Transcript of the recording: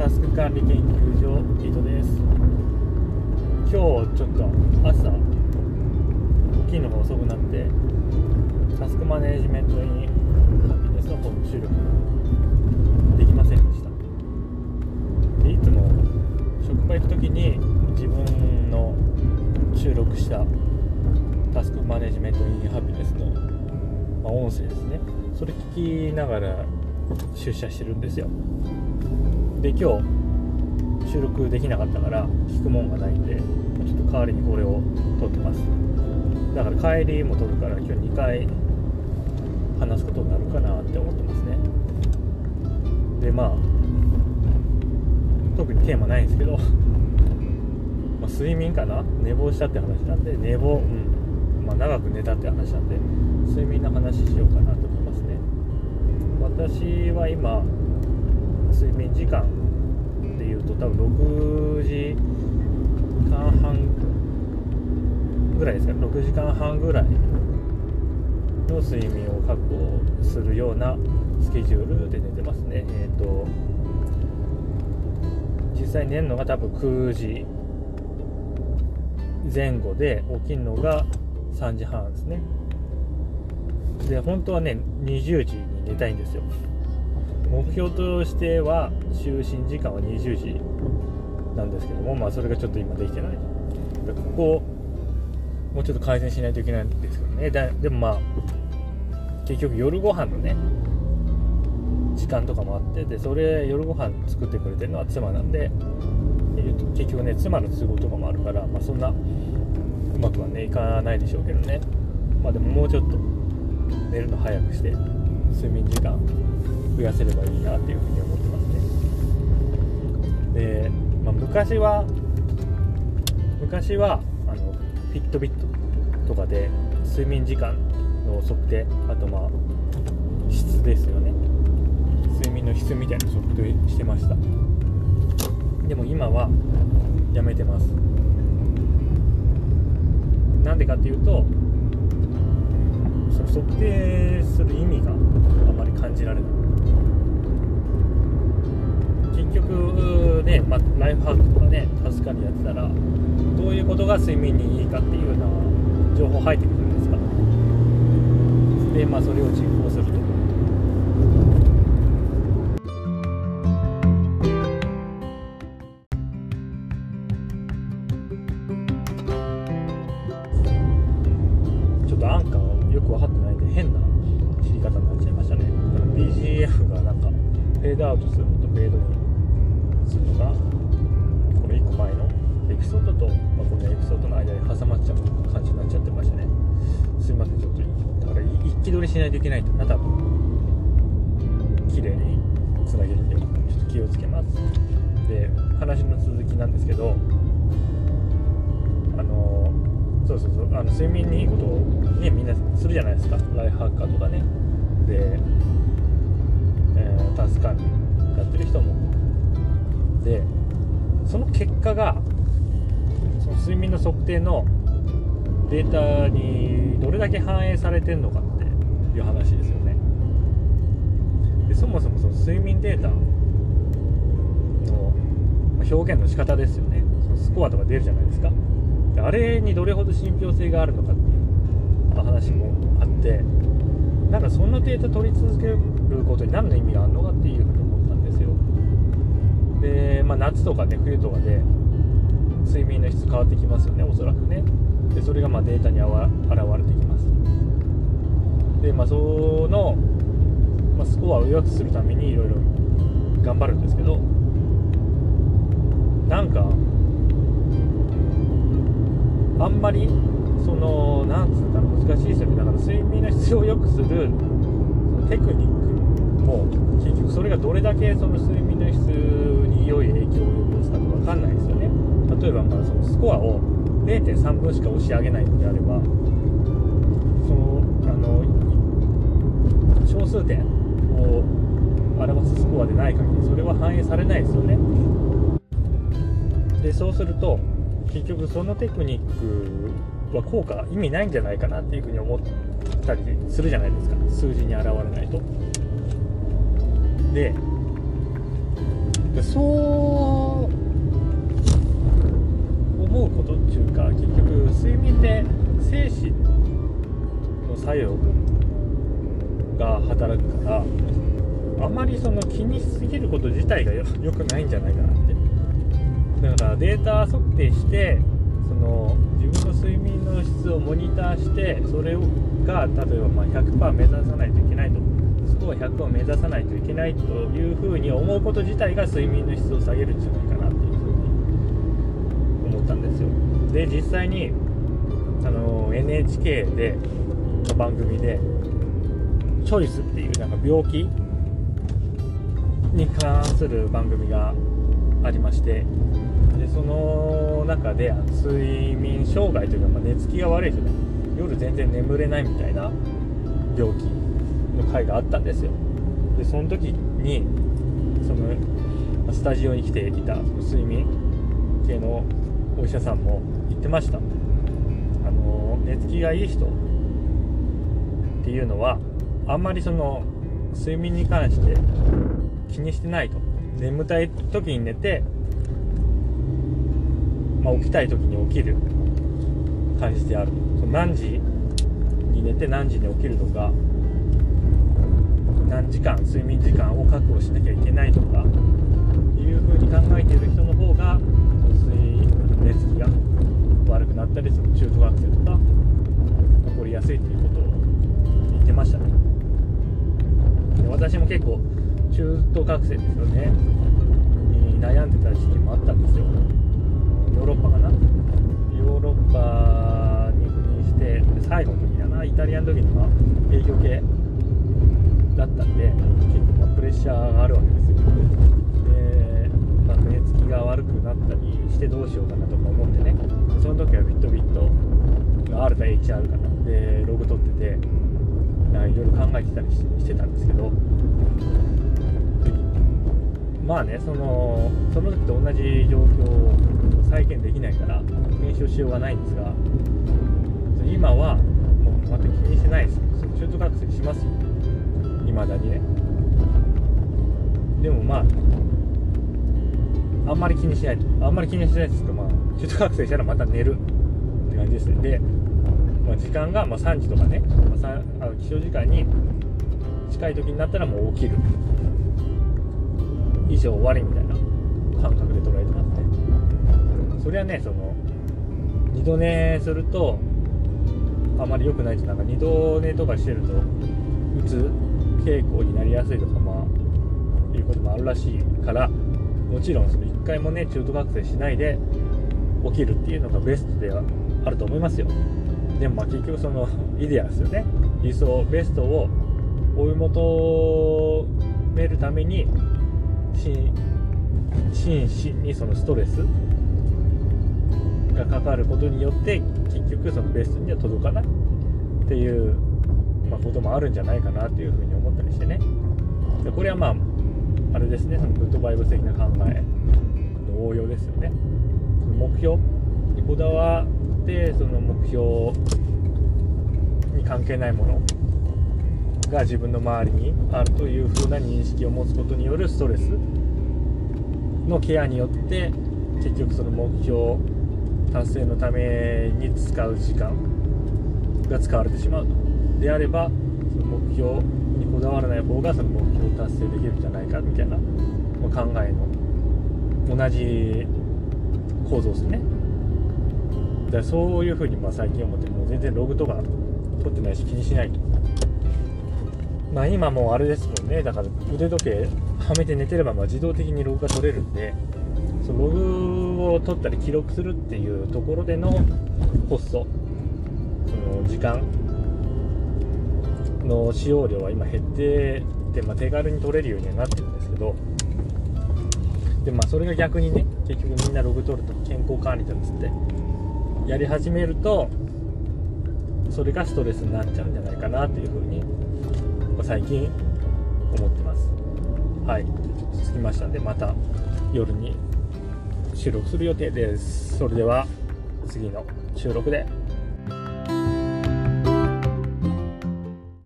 タスク管理研究所伊藤です。今日ちょっと朝起きるのが遅くなってタスクマネジメントにハピネスの方の収録できませんでした。でいつも職場行くときに自分の収録したタスクマネジメントインハピネスの、音声ですね、それ聞きながら出社してるんですよ。で今日収録できなかったから聞くもんがないんで、ちょっと代わりにこれを撮ってます。だから帰りも撮るから今日2回話すことになるかなって思ってますね。で特にテーマないんですけど睡眠かな、寝坊したって話なんで、寝坊、長く寝たって話なんで睡眠の話しようかなと思いますね。私は今睡眠時間でいうと多分6時間半ぐらいですか、6時間半ぐらいの睡眠を確保するようなスケジュールで寝てますね。実際寝るのが多分9時前後で起きるのが3時半ですね。で本当はね20時に寝たいんですよ。目標としては就寝時間は20時なんですけども、それがちょっと今できてない。ここもうちょっと改善しないといけないんですけどね。でも結局夜ご飯のね時間とかもあって、でそれ夜ご飯作ってくれてるのは妻なんで、結局ね妻の都合とかもあるから、そんなうまくはねいかないでしょうけどね。でももうちょっと寝るの早くして睡眠時間増やせればいいなっていうふうに思ってますね。で、昔はフィットビットとかで睡眠時間の測定、あと質ですよね、睡眠の質みたいな測定してました。でも今はやめてます。なんでかっていうと、その測定する意味があまり感じられない。結局ね、ライフハックとかね確かにやってたらどういうことが睡眠にいいかっていうような情報入ってくるんですか。でそれを実行すると、ちょっとアンカーをよく分かってないんで変な切り方になっちゃいましたね。だから BGM がなんかフェードアウトするのとフェードにするのがこの1個前のエピソードと、このエピソードの間に挟まっちゃう感じになっちゃってましたね。すいません。ちょっとだから一気取りしないといけないんだな、多分綺麗につなげるにはちょっと気をつけます。で話の続きなんですけど、睡眠にいいことをねみんなするじゃないですか。ライフハッカーとかね、で、タスク管理やってる人も。でその結果がその睡眠の測定のデータにどれだけ反映されてるのかっていう話ですよね。でそもそもその睡眠データの表現の仕方ですよね。そのスコアとか出るじゃないですか。であれにどれほど信憑性があるのかっていう話もあって、なんかそのデータ取り続けることに何の意味があるのかっていうふうに思ったんですよ。で、夏とかね冬とかで睡眠の質変わってきますよね、おそらくね。でそれがデータに現れてきます。でその、スコアを良くするためにいろいろ頑張るんですけど、なんかあんまりなんつうか難しいですよね。だから睡眠の質を良くするそのテクニックも結局それがどれだけその睡眠の質に良い影響を及ぼすかと分かんないですよね。例えばそのスコアを 0.3 分しか押し上げないのであれば、小数点を表すスコアでない限りそれは反映されないですよね。でそうすると結局そのテクニックは効果意味ないんじゃないかなっていうふうに思ったりするじゃないですか、数字に現れないと。ででそう思うことっていうか、結局睡眠で精神の作用が働くから、あまりその気にしすぎること自体が良くないんじゃないかなって。だからデータ測定して、その自分の睡眠の質をモニターして、それが例えば100% 目指さないといけないと、スコア100を目指さないといけないというふうに思うこと自体が睡眠の質を下げるんじゃないかなっていうふうに思ったんですよ。で実際にNHK での番組でチョイスっていうなんか病気に関する番組がありまして、でその中で睡眠障害というか、寝つきが悪い人ね、夜全然眠れないみたいな病気の回があったんですよ。でその時にそのスタジオに来ていた睡眠系のお医者さんも言ってました。寝つきがいい人っていうのはあんまりその睡眠に関して気にしてないと。眠たい時に寝て、起きたい時に起きる感じである。その何時に寝て何時に起きるとか、何時間睡眠時間を確保しなきゃいけないとかいう風に考えている人の方が寝つきが悪くなったり、その中途覚醒とか起こりやすいということを言ってましたね。で私も結構中途覚醒ですよねに悩んでた時期もあったんですよ。ヨーロッパかな、ヨーロッパに赴任して、最後の時だな、イタリアの時には営業系だったんで、結構プレッシャーがあるわけですよ。で、寝つきが悪くなったりしてどうしようかなとか思ってね、その時はフィットビットが R か HR かなでログ取ってて、いろいろ考えてたりしてたんですけど、その時と同じ状況を再現できないから検証しようがないんですが、今はもうまた気にしてないです。中途覚醒しますよ、未だにね。でもあんまり気にしないですけど、中途覚醒したらまた寝るって感じですね。で、時間が3時とかね、起床時間に近い時になったらもう起きる以上終わりみたいな感覚で捉えてますね。それはね、その二度寝するとあまり良くないと、なんか二度寝とかしてるとうつ傾向になりやすいとかいうこともあるらしいから、もちろんその1回もね中途覚醒しないで起きるっていうのがベストではあると思いますよ。でも結局そのイデアですよね、理想ベストを追い求めるために心身にそのストレスがかかることによって結局そのベストには届かないっていう、こともあるんじゃないかなというふうに思ったりしてね。でこれはあれですね、そのグッドバイブス的な考えの応用ですよね。その目標にこだわってその目標に関係ないものが自分の周りにあるという風な認識を持つことによるストレスのケアによって結局その目標達成のために使う時間が使われてしまうと。であればその目標にこだわらない方がその目標を達成できるんじゃないかみたいな考えの同じ構造ですね。だからそういう風に最近思って、もう全然ログとか取ってないし気にしないと。今もうあれですもんね、だから腕時計はめて寝てれば自動的にログが取れるんで、そのログを取ったり記録するっていうところでのコスト、その時間の使用量は今減ってて、手軽に取れるようにはなってるんですけど、でそれが逆にね、結局みんなログ取ると健康管理だっつってやり始めると、それがストレスになっちゃうんじゃないかなというふうに最近思ってます。はい、ちょっと着きましたんで、また夜に収録する予定です。それでは次の収録で